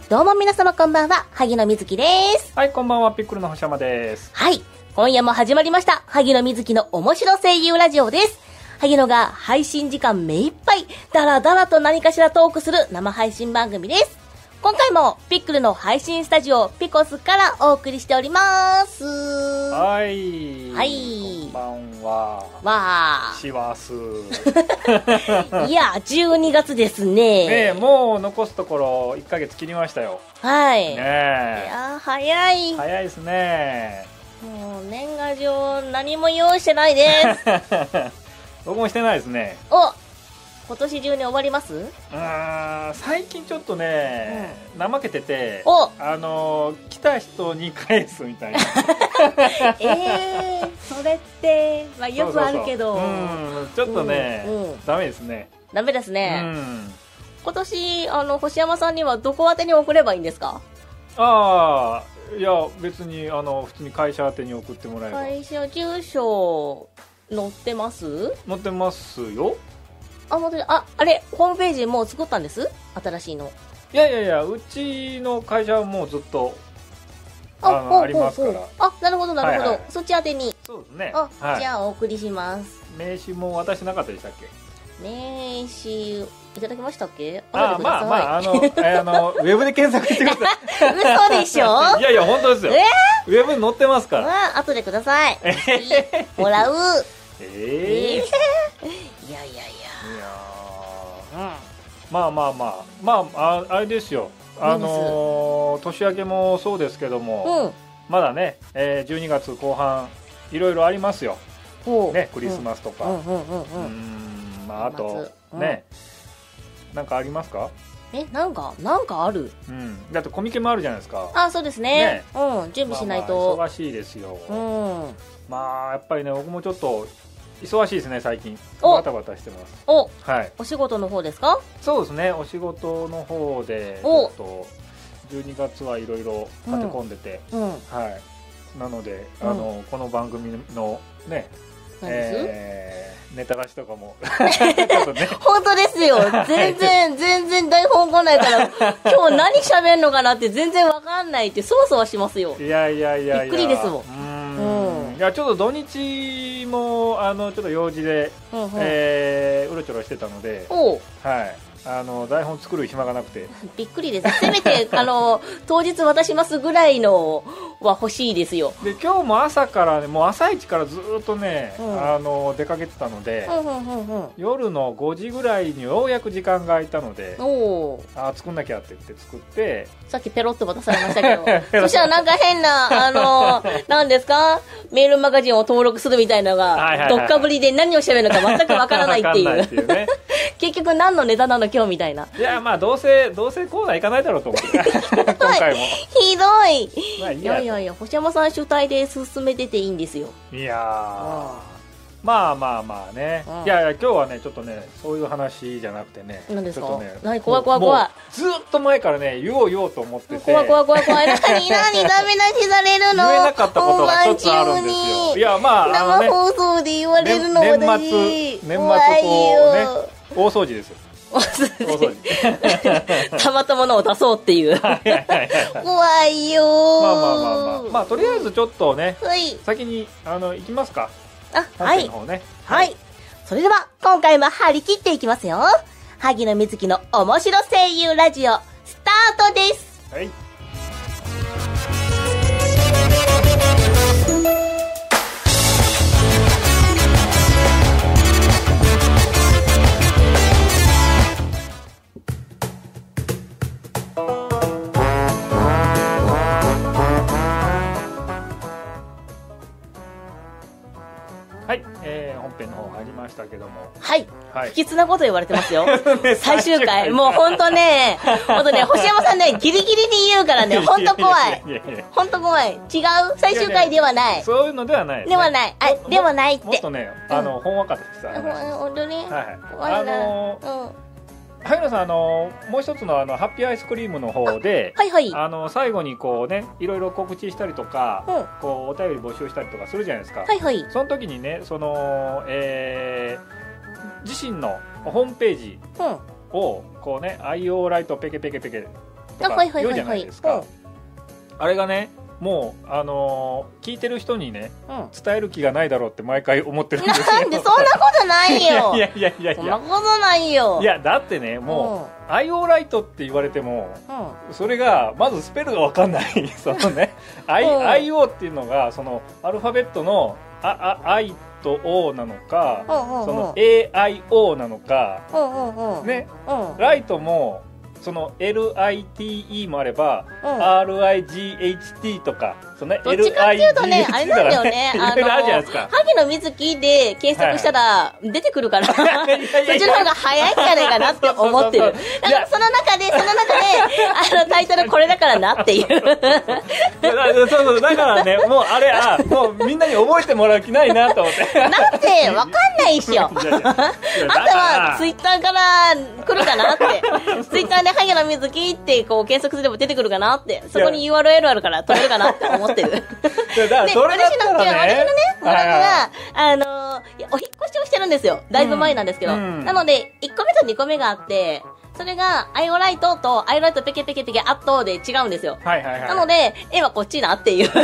どうも皆様こんばんは、萩野瑞希です。 はい、こんばんは、ピックルの星山です。 はい、今夜も始まりました萩野瑞希の面白声優ラジオです。萩野が配信時間目いっぱいダラダラと何かしらトークする生配信番組です。今回もピックルの配信スタジオピコスからお送りしております。 はい、 はい、 こんばんは。 わーしますいや12月ですね。 ねえ、もう残すところ1ヶ月切りましたよ。 はい、 ねえ、 いや早いですね。 もう年賀状何も用意してないです僕もしてないですね。 お、今年中に終わります？ 最近ちょっとね、怠けてて、来た人に返すみたいなそれって、まあ、よくあるけど、 ちょっとね、ダメですね。 ダメですね。今年星山さんにはどこ宛てに送ればいいんですか？ いや別に普通に会社宛てに送ってもらえば。 会社住所載ってます？ 載ってますよ。 あれホームページもう作ったんです？新しいの。 いやうちの会社はもうずっとありますから。 なるほどなるほど、そっち宛てに。 そうですね。 じゃあお送りします。 名刺も渡してなかったでしたっけ？ 名刺いただきましたっけ？ ウェブで検索してください嘘でしょ？ いや本当ですよ。ウェブに載ってますから。 後でください。もらう。いやあれですよ。年明けもそうですけども、まだね、12月後半いろいろありますよ。ね、クリスマスとか。あとね、なんかありますか？ なんかある？ だってコミケもあるじゃないですか。 そうですね。準備しないと。 忙しいですよ。やっぱりね、僕もちょっと忙しいですね、最近。バタバタしてます。お仕事の方ですか？ そうですね、お仕事の方でちょっと12月はいろいろ立て込んでて、なのでこの番組のね、ネタ出しとかも本当ですよ。全然台本来ないから今日何喋んのかなって全然わかんないってそわそわしますよ。 いやびっくりですもん。 いやちょっと土日もちょっと用事でうろちょろしてたので、台本作る暇がなくてびっくりです。せめて当日渡しますぐらいのは欲しいですよ。 で今日も朝からね、もう朝一からずっとね、出かけてたので、夜の5時ぐらいにようやく時間が空いたので、作んなきゃって言って作って、 さっきペロッと渡されましたけどそしたらなんか変な何ですか、メールマガジンを登録するみたいなのがどっかぶりで何を喋るのか全くわからないっていうね、 結局何のネタなの今日みたいな。 いやどうせコーナー行かないだろうと思って今回もひどい。いや星山さん主体で進めてていいんですよ。 いやまあね、いや今日はねちょっとねそういう話じゃなくてね、 何ですか？ 何怖いずっと前からね言おうと思ってて、 怖い何ダメ出しされるの？ 言えなかったことが一つあるんですよ。いや生放送で言われるの年末こうね大掃除ですよ。大掃除たまったものを出そうっていう怖いよ。 とりあえずちょっとね、先に行きますか。 はい、それでは今回も張り切っていきますよ。萩野瑞希の面白声優ラジオスタートです。 本編の方入りましたけども、 不吉なこと言われてますよ最終回もう本当ね星山さんねギリギリに言うからね、本当怖い。本当怖い。違う、最終回ではない。 そういうのではない。 ではない。ではないって。 もっとねほんわかとした話。 本当に怖いな。 萩野さんもう一つのハッピーアイスクリームの方で、最後にこうねいろいろ告知したりとか、こうお便り募集したりとかするじゃないですか。その時にね自身のホームページをこうね IO ライトペケペケペケとか言うじゃないですか。あれがね、もう聞いてる人にね、伝える気がないだろうって毎回思ってるんですよ。 なんでそんなことないよ。 いやそんなことないよ。 いやだってね、もうアイオーライトって言われても、それがまずスペルが分かんない。そのね、IO っていうのがそのアルファベットのI と O なのか、その AIO なのか、ね、ライトもその LITE もあれば、RIGHT とか、そのね、 どっちかっていうとね、あれなんだよね、萩野瑞希で検索したら出てくるから、そっちの方が早いんじゃないかなって思ってる。だからその中でタイトルこれだからなっていう。 そうだからね、もうあれ、もうみんなに覚えてもらう気ないなと思って。 なんてわかんないっしょ。あんたはツイッターから来るかなって。ツイッターで萩野瑞希ってこう検索すれば出てくるかなって。そこに URL あるから止めるかなって思ってる。で、私のね、ものが、お引っ越しをしてるんですよ。だいぶ前なんですけど。なので、1個目と2個目があって、それが、アイオライトと、アイオライトペケペケペケアットで違うんですよ。なので、絵はこっちなっていう。っていう、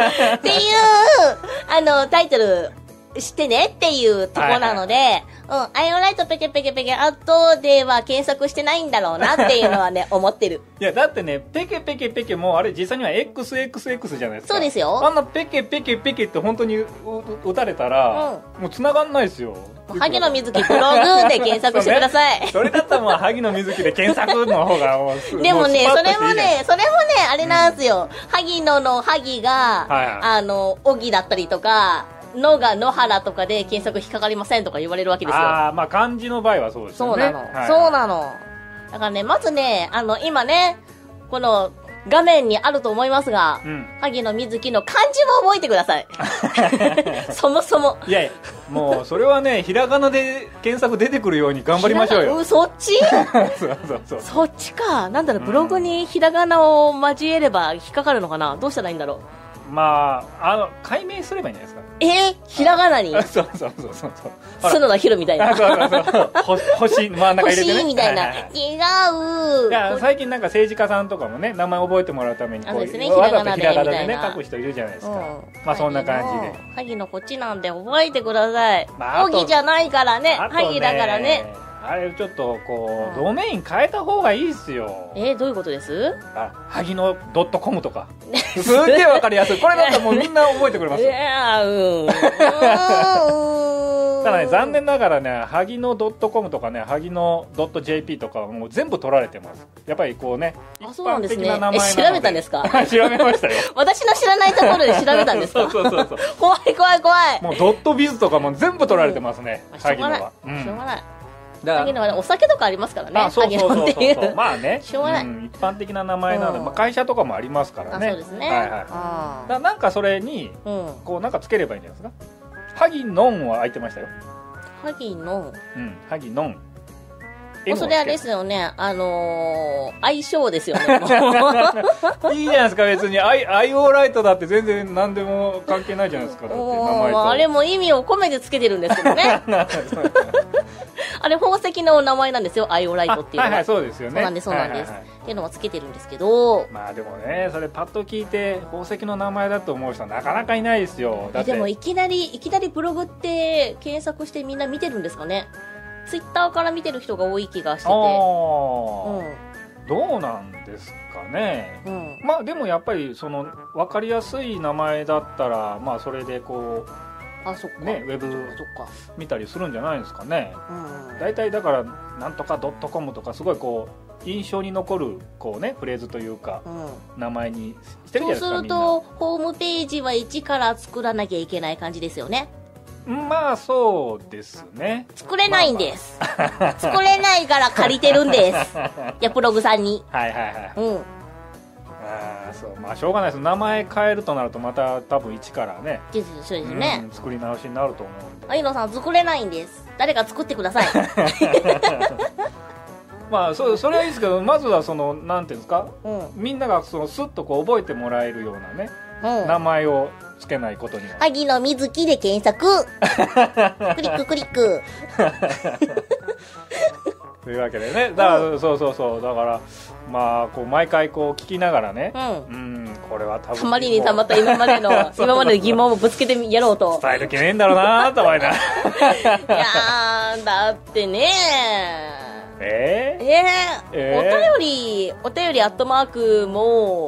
タイトルしてねっていうところなので、アイオライトペケペケペケアットでは検索してないんだろうなっていうのはね、思ってる。 いや、だってね、ペケペケペケもあれ実際には XXX じゃないですか。 そうですよ。 あんなペケペケペケって本当に打たれたら、もう繋がんないですよ。 萩野瑞希ブログで検索してください。 それだったらもう萩野瑞希で検索の方がでもね、それもね、あれなんですよ。萩野の萩が、小木だったりとか、のが野原とかで検索引っかかりませんとか言われるわけですよ。 まあ漢字の場合はそうですよね。 そうなの。だからね、まずね、今ね、この画面にあると思いますが、萩野瑞希の漢字も覚えてください。そもそも。 いやいや、もうそれはね、ひらがなで検索出てくるように頑張りましょうよ。 そっちそうそっちか。なんだろう、ブログにひらがなを交えれば引っかかるのかな。どうしたらいいんだろう。 まあ、解明すればいいんじゃないですか。 ひらがなにそう角田博みたいな。 星真ん中入れてね。 星みたいな。違う。 いや、最近なんか政治家さんとかもね、名前覚えてもらうためにこういう、 わざとひらがなでね、書く人いるじゃないですか。まあそんな感じで。 萩のこっちなんで覚えてください。小木じゃないからね。萩だからね。 あれちょっとこう、ドメイン変えた方がいいっすよ。 どういうことです？ 萩野 .com とか。すげえわかりやすい。これだったらもうみんな覚えてくれますよ。ただね、残念ながらね、萩野 .com とかね、萩野 .jp とかはもう全部取られてます。やっぱりこうね、 一般的な名前なので。調べたんですか？ 調べましたよ。 私の知らないところで調べたんですか？ そう。 怖い。 もうドットビズとかも全部取られてますね、萩野は。 しょうがない。萩野はね、お酒とかありますからね。 そう。まあね、しょうがない。一般的な名前なので、会社とかもありますからね。 そうですね。 なんかそれに、こうなんかつければいいんじゃないですか。萩野ンは空いてましたよ。 萩野。 萩野ン。 それあれですよね、相性ですよね。 いいじゃないですか、別に。アイオーライトだって全然何でも関係ないじゃないですか、だって名前と。 あれも意味を込めてつけてるんですけどね。あれ宝石の名前なんですよ、アイオーライトっていうのは。 そうですよね。 そうなんです。っていうのをつけてるんですけど。 まあでもね、それパッと聞いて宝石の名前だと思う人はなかなかいないですよ。 でもいきなりブログって検索してみんな見てるんですかね。ツイッターから見てる人が多い気がしてて。 どうなんですかね。まあでもやっぱりその分かりやすい名前だったら、まあそれでこうね、ウェブ見たりするんじゃないですかね。大体だからなんとか.com とかすごいこう印象に残るこうねフレーズというか、名前にしてるじゃないですか。 そうするとホームページは一から作らなきゃいけない感じですよね。 まあそうですね。 作れないんです。作れないから借りてるんです。ヤプログさんに。 そう、まあしょうがないです。名前変えるとなるとまた多分一からね。 そうですね。 作り直しになると思うんで。 萩野さん作れないんです。誰か作ってください。 まあそれはいいですけど、まずはそのなんていうんですか、みんながそのスッとこう覚えてもらえるようなね、名前をつけないことには。 萩野瑞希で検索。クリック。 というわけでね、だから、そうだからまあこう毎回こう聞きながらね、これは多分たまりにたまった今までの疑問をぶつけてやろうと伝える気ねえんだろうなと思いな。いやだってねお便りアットマークも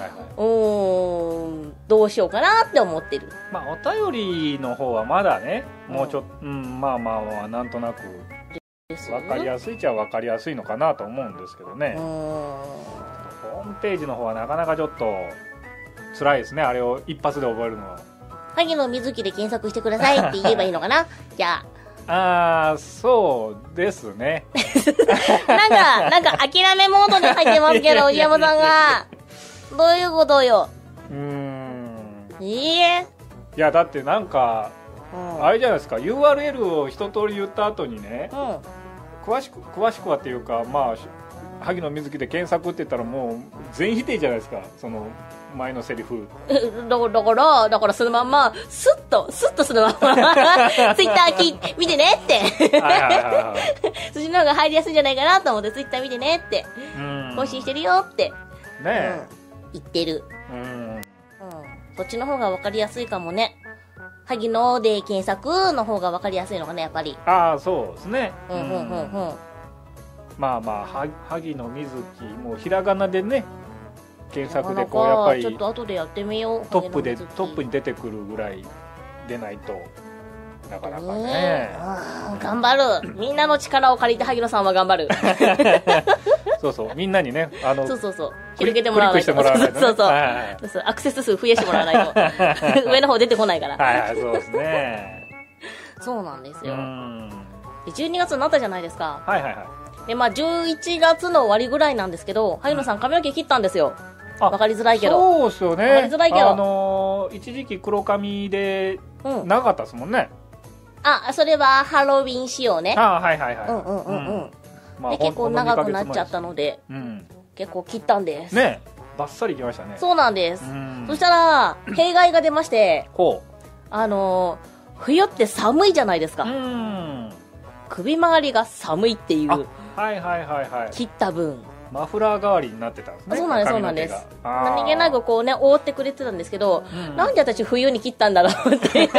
どうしようかなって思ってる。 まあお便りの方はまだね、もうちょっと、まあなんとなく分かりやすいっちゃ分かりやすいのかなと思うんですけどね。ホームページの方はなかなかちょっと辛いですね。あれを一発で覚えるのは。 萩野瑞希で検索してくださいって言えばいいのかな。じゃあそうですね。 なんか諦めモードに入ってますけど、おじやまさんがどういうことよ。いやだってなんか、あれじゃないですか、 URL を一通り言った後にね、詳しくはっていうか、まあ萩野瑞希で検索って言ったらもう全否定じゃないですか、その前のセリフ。 だからそのまんまスッとそのままツイッター見てねってそっちの方が入りやすいんじゃないかなと思って、ツイッター見てねって更新してるよってね言ってる。そっちの方が分かりやすいかもね。萩野で検索の方が分かりやすいのかね、やっぱり。 そうですね。まあ萩野瑞希もひらがなでね検索でこうやっぱりちょっと後でやってみよう。 トップに出てくるぐらいでないとなかなかね。 頑張る。みんなの力を借りて萩野さんは頑張る。 そうみんなにねそう広げてもらわないと。そうアクセス数増やしてもらわないと上の方出てこないから。 そうですね。 そうなんですよ。12月になったじゃないですか。で11月の終わりぐらいなんですけど、萩野さん髪の毛切ったんですよ。わかりづらいけど。 そうですよね。わかりづらいけど一時期黒髪で長かったですもんね。 それはハロウィン仕様ね。で結構長くなっちゃったので、結構切ったんですね。バッサリいきましたね。 そうなんです。そしたら弊害が出まして、冬って寒いじゃないですか。首周りが寒いっていう。切った分マフラー代わりになってたんですね。 そうなんです。何気なくこうね覆ってくれてたんですけど、なんで私冬に切ったんだろうって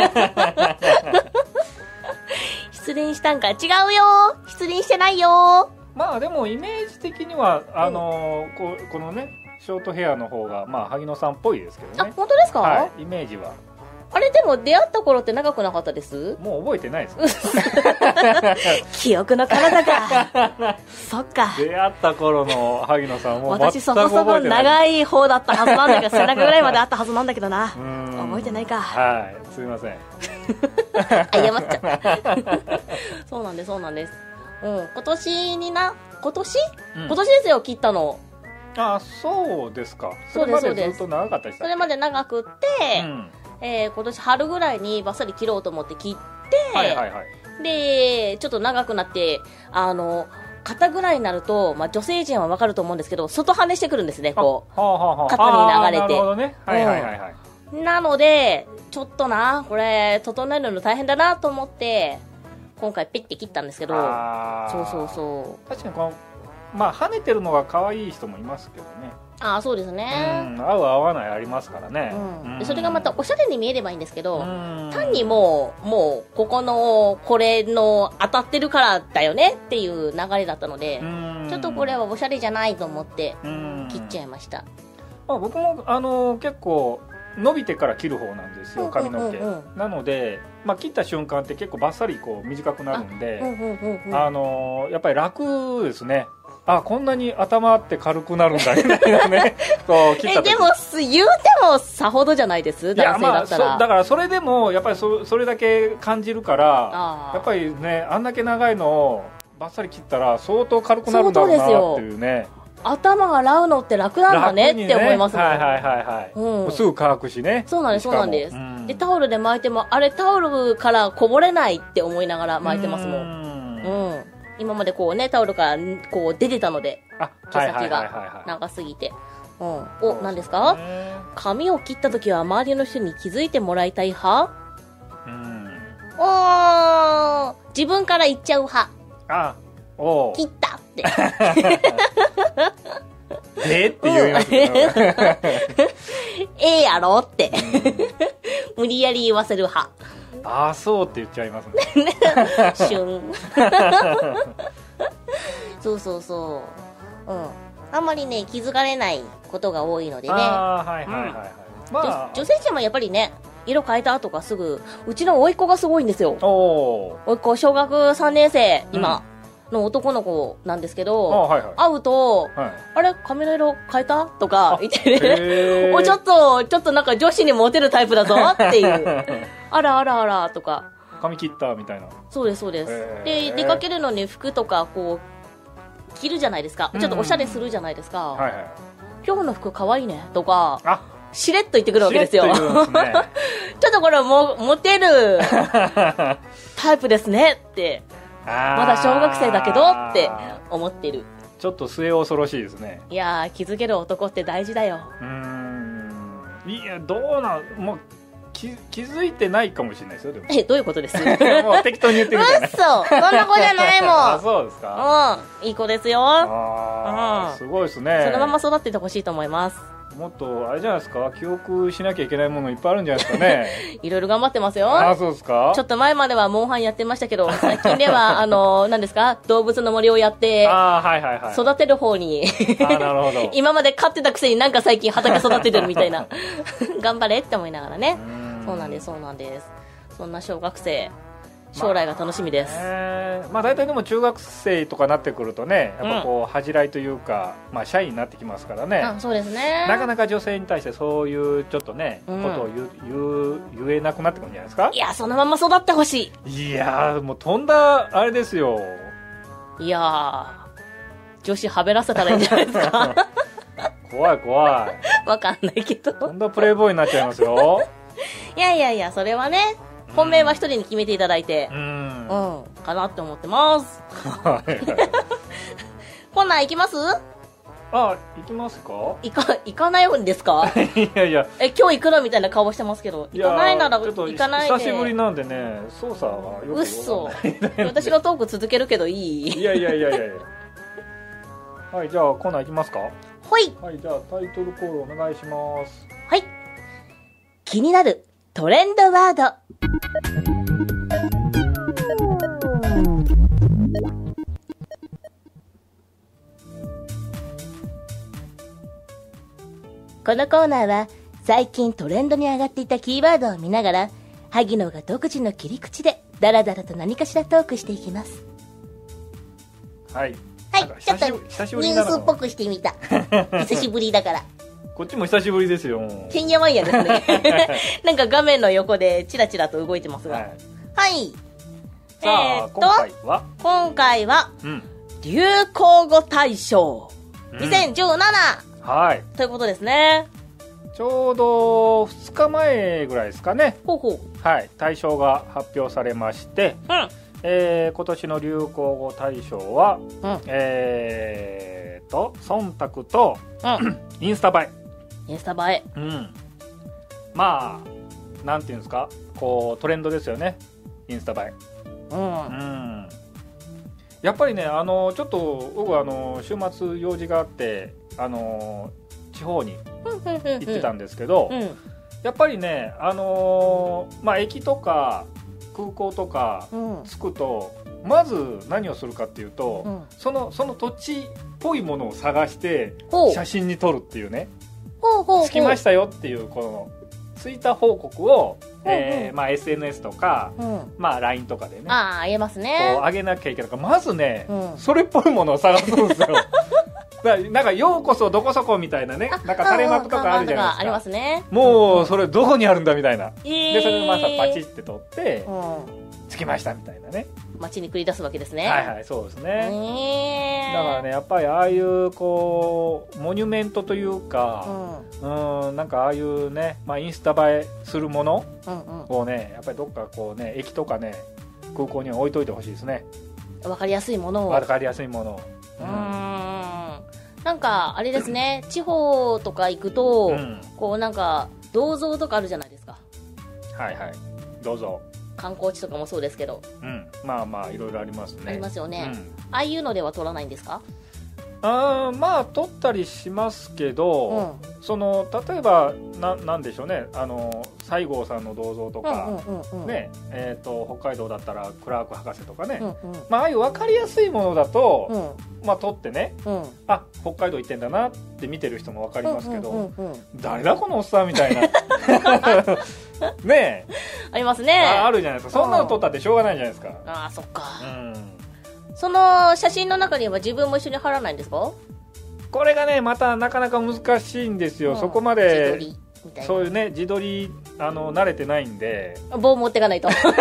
失恋したんか。違うよ、失恋してないよ。 まあでもイメージ的にはこのねショートヘアの方が萩野さんっぽいですけどね。 本当ですか？ イメージは。 あれでも出会った頃って長くなかったです？ もう覚えてないです。 記憶の体か。そっか。 出会った頃の萩野さんも私そこそこ長い方だったはずなんだけど、背中ぐらいまであったはずなんだけどな。覚えてないか。 すいません。 謝っちゃった。そうなんです。今年ですよ、切ったの。 そうですか。それまでずっと長かったです。 それまで長くって、今年春ぐらいにバッサリ切ろうと思って切って、でちょっと長くなって、肩ぐらいになると、女性陣は分かると思うんですけど、外跳ねしてくるんですね、こう肩に流れて。なるほどね。なのでちょっとこれ整えるの大変だなと思って今回ペッて切ったんですけど。そう確かに跳ねてるのが可愛い人もいますけどね。 そうですね。 合う合わないありますからね。 でそれがまたおしゃれに見えればいいんですけど、単にもうこれの当たってるからだよねっていう流れだったので、ちょっとこれはおしゃれじゃないと思って切っちゃいました。 僕も結構伸びてから切る方なんですよ、髪の毛。なので、切った瞬間って結構バッサリ短くなるんで、やっぱり楽ですね。こんなに頭って軽くなるんだみたいなね。 でも言うてもさほどじゃないです？男性だったら。 だからそれでもやっぱりそれだけ感じるから、やっぱりね、あんだけ長いのをバッサリ切ったら相当軽くなるんだろうなっていうね。 頭が洗うのって楽なんだねって思いますもん。すぐ乾くしね。 そうなんです。でタオルで巻いてもタオルからこぼれないって思いながら巻いてますもん。今までタオルから出てたので、毛先が長すぎて。何ですか？髪を切った時は周りの人に気づいてもらいたい派？自分から言っちゃう派。 切ったってでって言いますけどやろって無理やり言わせる派。 ああそうって言っちゃいますねシュンそうそうそう、あんまりね気づかれないことが多いのでね。 はいはいはいはい、まあ女性陣はやっぱりね色変えたとかすぐ、うちの甥っ子がすごいんですよ。甥っ子小学3年生今の男の子なんですけど、会うと、あれ髪の色変えたとか言ってねちょっとなんか女子にモテるタイプだぞっていうあらあらあらとか、 髪切ったみたいな。 そうですそうです。で出かけるのに服とかこう着るじゃないですか、ちょっとおしゃれするじゃないですか、今日の服かわいいねとかしれっと言ってくるわけですよ。ちょっとこれモテるタイプですねってまだ小学生だけどって思ってる。 ちょっと末恐ろしいですね。 いやー気づける男って大事だよ。 いやどうなんもう気づいてないかもしれないですよ。でもどういうことですもう適当に言ってみたいな。 嘘そんな子じゃないもんあそうですか。 いい子ですよ。 すごいですね。 そのまま育っててほしいと思います。 もっとあれじゃないですか、記憶しなきゃいけないものいっぱいあるんじゃないですかねいろいろ頑張ってますよ。 そうですか。 ちょっと前まではモンハンやってましたけど、最近では何ですか、動物の森をやって育てる方になるほど今まで飼ってたくせになんか最近畑育ててるみたいな頑張れって思いながらね。そうなんですそうなんです。そんな小学生将来が楽しみです。 まあ大体でも中学生とかなってくるとね、やっぱこう恥じらいというか、まあシャイになってきますからね。 そうですね。 なかなか女性に対してそういうちょっとね、ことを言えなくなってくるんじゃないですか。 いやそのまま育ってほしい。いやもうとんだあれですよ。 いや女子はべらせたらいいんじゃないですか怖い怖い。 わかんないけど。 とんだプレイボーイになっちゃいますよいやいやいや、それはね本命は一人に決めていただいてかなって思ってますこんなん行きます？ 行きますか？ 行かないんですか？ いやいや今日行くのみたいな顔してますけど、行かないなら行かないで。 久しぶりなんでね、操作はよくうっそ私のトーク続けるけどいい？ いやはい、じゃあコーナー行きますか？ はい、 じゃあタイトルコールお願いします。 はい、気になるトレンドワード。このコーナーは最近トレンドに上がっていたキーワードを見ながら、萩野が独自の切り口でダラダラと何かしらトークしていきます。 はい、 ちょっとニュースっぽくしてみた久しぶりだからこっちも久しぶりですよ。 てんやわんやですねなんか画面の横でチラチラと動いてますが、はい、 さあ今回は、流行語大賞2017、ということですね。 ちょうど2日前ぐらいですかね。大賞が発表されまして、今年の流行語大賞は、忖度と、インスタ映え、まあなんていうんですか、こうトレンドですよね、インスタ映え。やっぱりね、ちょっと僕週末用事があって地方に行ってたんですけど、やっぱりね、駅とか空港とか着くと、まず何をするかっていうと、その土地っぽいものを探して写真に撮るっていうね、着きましたよっていうこの着いた報告を、SNS とか、LINE とかでねあげますね。 こう上げなきゃいけないから、まずね、それっぽいものを探すんですよなんかようこそどこそこみたいなね、なんか垂れ幕とかあるじゃないですか。 ありますね。 もうそれどこにあるんだみたいな、でそれでまたパチって撮って、着きましたみたいなね、 街に繰り出すわけですね。 そうですね。だからね、やっぱりああいうこうモニュメントというか、なんかああいうね、インスタ映えするものをね、やっぱりどっかこうね、駅とかね、空港には置いといてほしいですね。 わかりやすいものを。なんかあれですね、地方とか行くと、こうなんか銅像とかあるじゃないですか。 銅像観光地とかもそうですけど、 まあまあいろいろありますね。 ありますよね、ああいうのでは撮らないんですか？ まあ撮ったりしますけど、その例えばなんでしょうね、西郷さんの銅像とか、ね、北海道だったらクラーク博士とかね、まあああいう分かりやすいものだと、まあ撮ってね、あ、北海道行ってんだなって見てる人も分かりますけど、誰だこのおっさんみたいなねえありますね。 あるじゃないですか。そんなの撮ったってしょうがないじゃないですか。 ああ、そっか。その写真の中には自分も一緒に貼らないんですか？ これがね、またなかなか難しいんですよ。そこまでそういうね、自撮り慣れてないんで、 棒持っていかないとそう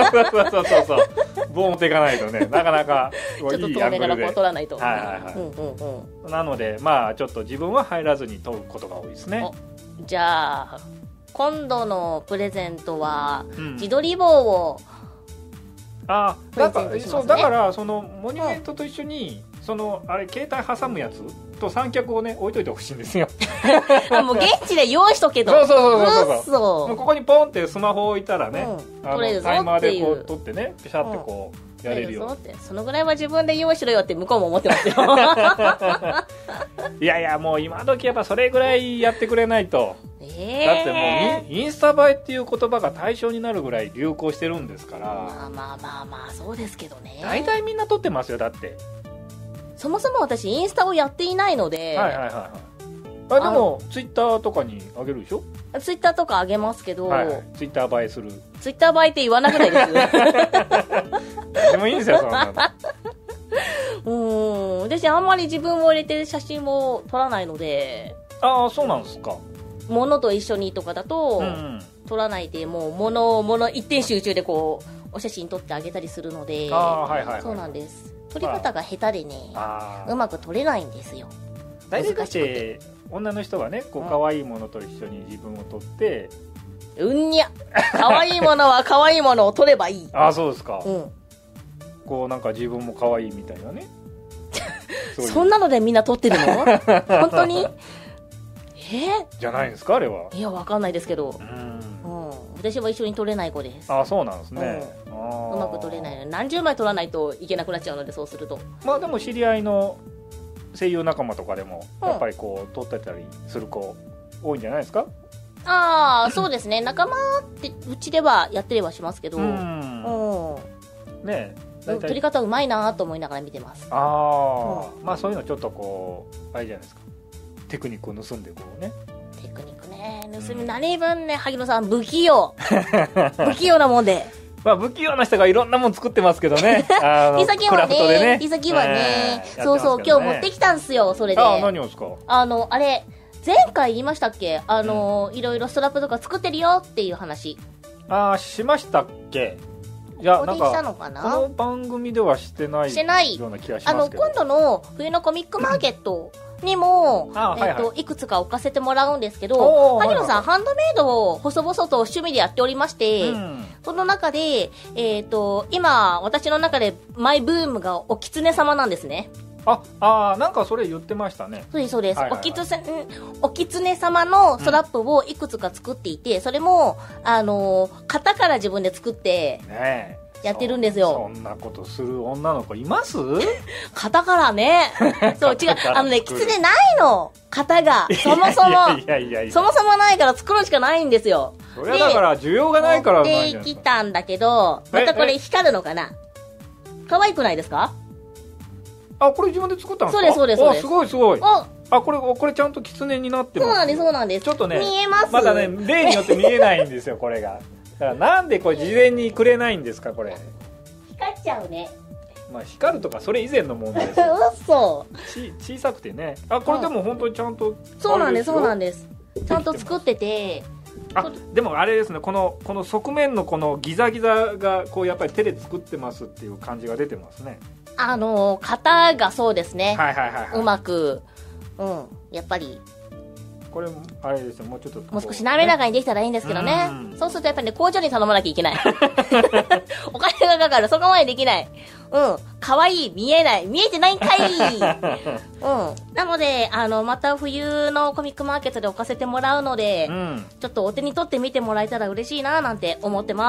棒持っていかないとね、なかなかちょっと遠目からこう撮らないと。 なので、まあちょっと自分は入らずに撮ることが多いですね。 じゃあ今度のプレゼントは、自撮り棒をだからそのモニュメントと一緒に、そのあれ携帯挟むやつと三脚をね置いといてほしいんですよ。 もう現地で用意しとけと。 そうもうここにポンってスマホ置いたらね、タイマーでこう撮ってね、ピシャってこうやれるよって。 そのぐらいは自分で用意しろよって向こうも思ってますよ。 いやいや、もう今時やっぱそれぐらいやってくれないと。だってもうインスタ映えっていう言葉が対象になるぐらい流行してるんですから。 まあそうですけどね。 大体みんな撮ってますよ。だってそもそも私インスタをやっていないので。 でもツイッターとかにあげるでしょ？ ツイッターとかあげますけど、 ツイッター映えする。 ツイッター映えって言わなくないですでもいいんですよ、そんなの。私あんまり自分を入れて写真を撮らないので。 ああ、そうなんですか。 物と一緒にとかだと、撮らないで、もう物一点集中でこうお写真撮ってあげたりするので。そうなんです。撮り方が下手でね、うまく撮れないんですよ。 大体だって女の人はね、こう可愛いものと一緒に自分を撮って、 可愛いものは可愛いものを撮ればいい。 そうですか。こうなんか自分も可愛いみたいなね。 そんなのでみんな撮ってるの？本当に？ じゃないですか、あれは。 いや、わかんないですけど、私は一緒に撮れない子です。 そうなんですね。 うまく撮れないので、何十枚撮らないといけなくなっちゃうので、そうすると。 まあでも知り合いの声優仲間とかでもやっぱりこう撮ってたりする子多いんじゃないですか？ そうですね。仲間ってうちではやってればしますけど、 ね、 撮り方うまいなと思いながら見てます。 まあそういうのちょっとこうあれじゃないですか、テクニックを盗んでこうね。 テクニックね、盗み何分ね、萩野さん不器用不器用なもんで。 まあ不器用な人がいろんなもん作ってますけどね。 手先はね、そう、今日持ってきたんすよ。それで何をですか？ あれ前回言いましたっけ、いろいろストラップとか作ってるよっていう話。 しましたっけ？いや、なんかこの番組ではしてないような気がしますけど。 今度の冬のコミックマーケットにもいくつか置かせてもらうんですけど、萩野さんハンドメイドを細々と趣味でやっておりまして、その中で今私の中でマイブームがお狐様なんですね。 なんかそれ言ってましたね。 そうです。お狐様のストラップをいくつか作っていて、それも型から自分で作ってやってるんですよ。 そんなことする女の子います？ 型からね。そう、違う。狐ないの。型が。そもそも。そもそもないから作るしかないんですよ。 それはだから需要がないからないじゃないですか。 持ってきたんだけど、またこれ光るのかな？可愛くないですか？ これ自分で作ったんですか？ そうです。 すごい。これちゃんと狐になってます。 そうなんです。 ちょっとね、 見えます？ まだね、例によって見えないんですよ、これが。だからなんでこれ事前にくれないんですか、これ。 光っちゃうね。 まあ光るとかそれ以前の問題ですよ。 嘘。 小さくてね。これでも本当にちゃんと。 そうなんです。ちゃんと作ってて。 でもあれですね、この側面のこのギザギザがこうやっぱり手で作ってますっていう感じが出てますね。 型がそうですね。うまく、やっぱり。 これあれですよ、もうちょっともう少し滑らかにできたらいいんですけどね。そうするとやっぱりね、工場に頼まなきゃいけない。お金がかかる。そこまでできない。可愛い、見えてないんかい。なのでまた冬のコミックマーケットで置かせてもらうので、ちょっとお手に取ってみてもらえたら嬉しいななんて思ってます。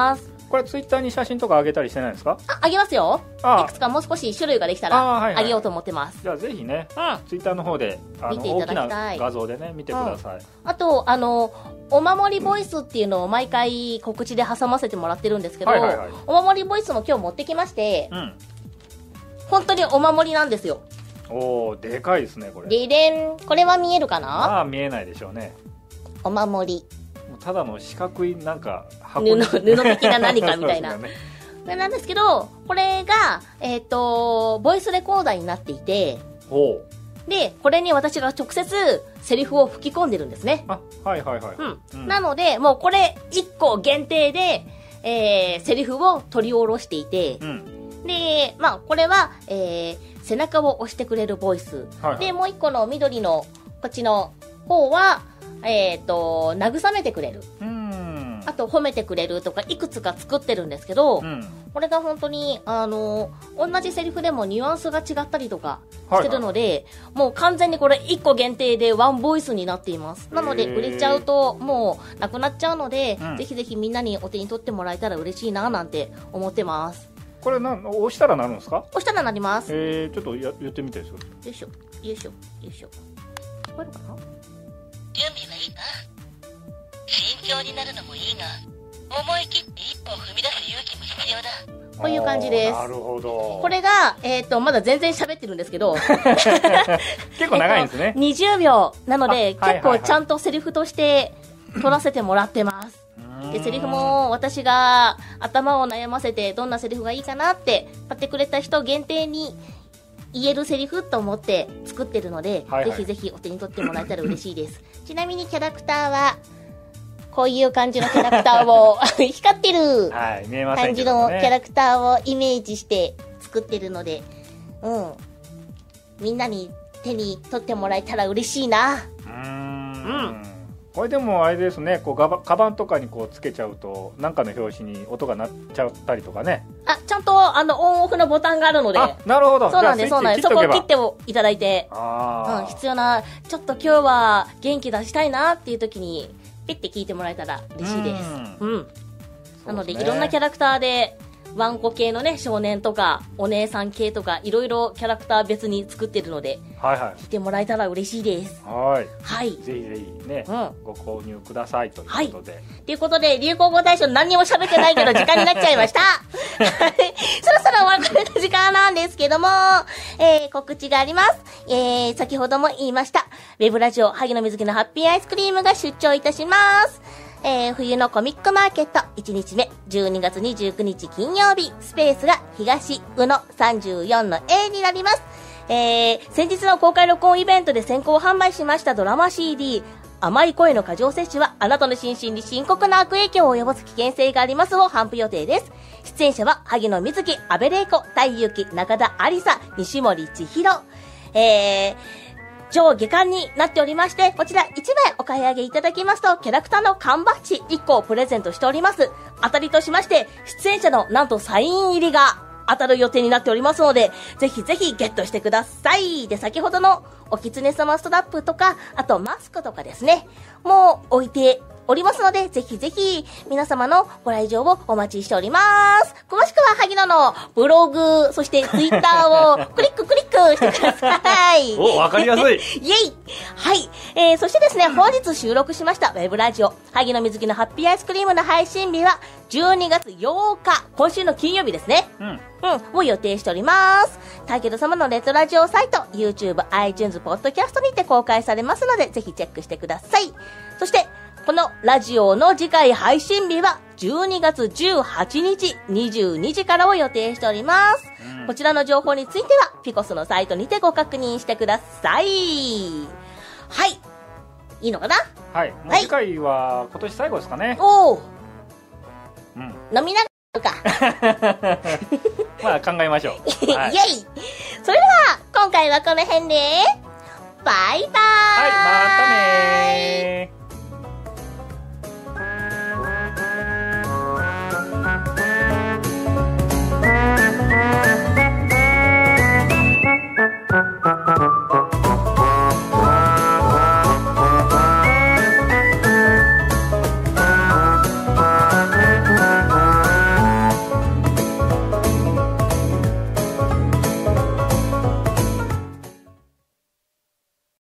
これツイッターに写真とか上げたりしてないですか？ あげますよ。いくつかもう少し種類ができたらあげようと思ってます。 じゃあぜひね、ツイッターの方で見ていただきたい。 大きな画像でね見てください。 あとお守りボイスっていうのを毎回告知で挟ませてもらってるんですけど、お守りボイスも今日持ってきまして、本当にお守りなんですよ。 おー、でかいですねこれ。 ででん、これは見えるかな？ 見えないでしょうね。 お守り。 ただの四角いなんか布的な何かみたいな。これなんですけど、これがボイスレコーダーになっていて、でこれに私が直接セリフを吹き込んでるんですね。なのでもうこれ1個限定で、セリフを取り下ろしていて、でこれは、背中を押してくれるボイス、でもう1個の緑のこっちの方は慰めてくれる、あと褒めてくれるとかいくつか作ってるんですけど、これが本当に同じセリフでもニュアンスが違ったりとかしてるので、もう完全にこれ1個限定でワンボイスになっています。なので売れちゃうともうなくなっちゃうので、ぜひぜひみんなにお手に取ってもらえたら嬉しいななんて思ってます。 これ押したらなるんですか？ 押したらなります。 ちょっと言ってみて。よいしょよいしょよいしょ。聞こえるかな？ 準備はいいか？慎重になるのもいいが、思い切って一歩踏み出す勇気も必要だ。 こういう感じです。 なるほど。 これがまだ全然喋ってるんですけど結構長いんですね。 20秒なので、結構ちゃんとセリフとして取らせてもらってます。でセリフも私が頭を悩ませてどんなセリフがいいかなって買ってくれた人限定に言えるセリフと思って作ってるので、ぜひぜひお手に取ってもらえたら嬉しいです。ちなみにキャラクターはこういう感じのキャラクターを光ってる感じのキャラクターをイメージして作ってるので、みんなに手に取ってもらえたら嬉しいな。 これでもあれですね、こうカバンとかにこうつけちゃうと何かの拍子に音が鳴っちゃったりとかね。 ちゃんとオンオフのボタンがあるので。 なるほど。 そうなんです、そうなんです。そこを切っていただいて、必要なちょっと今日は元気出したいなっていう時にピッて聞いてもらえたら嬉しいです。なのでいろんなキャラクターでワンコ系のね少年とかお姉さん系とかいろいろキャラクター別に作ってるので、聞いてもらえたら嬉しいです。ぜひぜひね、ご購入くださいということで。 ということで流行語大賞何にも喋ってないけど時間になっちゃいました。そろそろお別れの時間なんですけども、告知があります。先ほども言いましたウェブラジオ萩野瑞希のハッピーアイスクリームが出張いたします。冬のコミックマーケット1日目12月29日金曜日、スペースが東宇野 34-A になります。先日の公開録音イベントで先行販売しましたドラマ CD 甘い声の過剰摂取はあなたの心身に深刻な悪影響を及ぼす危険性がありますを頒布予定です。出演者は萩野瑞希、阿部玲子、太ゆき、中田ありさ、西森千尋、上下巻になっておりまして、こちら1枚お買い上げいただきますとキャラクターの缶バッジ1個をプレゼントしております。当たりとしまして出演者のなんとサイン入りが当たる予定になっておりますので、ぜひぜひゲットしてください。で先ほどのお狐様ストラップとかあとマスクとかですねもう置いておりますので、ぜひぜひ皆様のご来場をお待ちしております。詳しくは萩野のブログそしてツイッターをクリックしてください。 わかりやすい。 イエイ。はい、そしてですね本日収録しましたウェブラジオ萩野瑞希のハッピーアイスクリームの配信日は12月8日今週の金曜日ですね、を予定しております。タケド様のレッドラジオサイト YouTube、iTunes、ポッドキャストにて公開されますのでぜひチェックしてください。そしてこのラジオの次回配信日は12月18日22時からを予定しております。こちらの情報についてはピコスのサイトにてご確認してください。はい、いいのかな。 はい、もう次回は今年最後ですかね。 飲みながらかまあ考えましょう。 イエイ。それでは今回はこの辺でバイバーイ。 はい、またねー。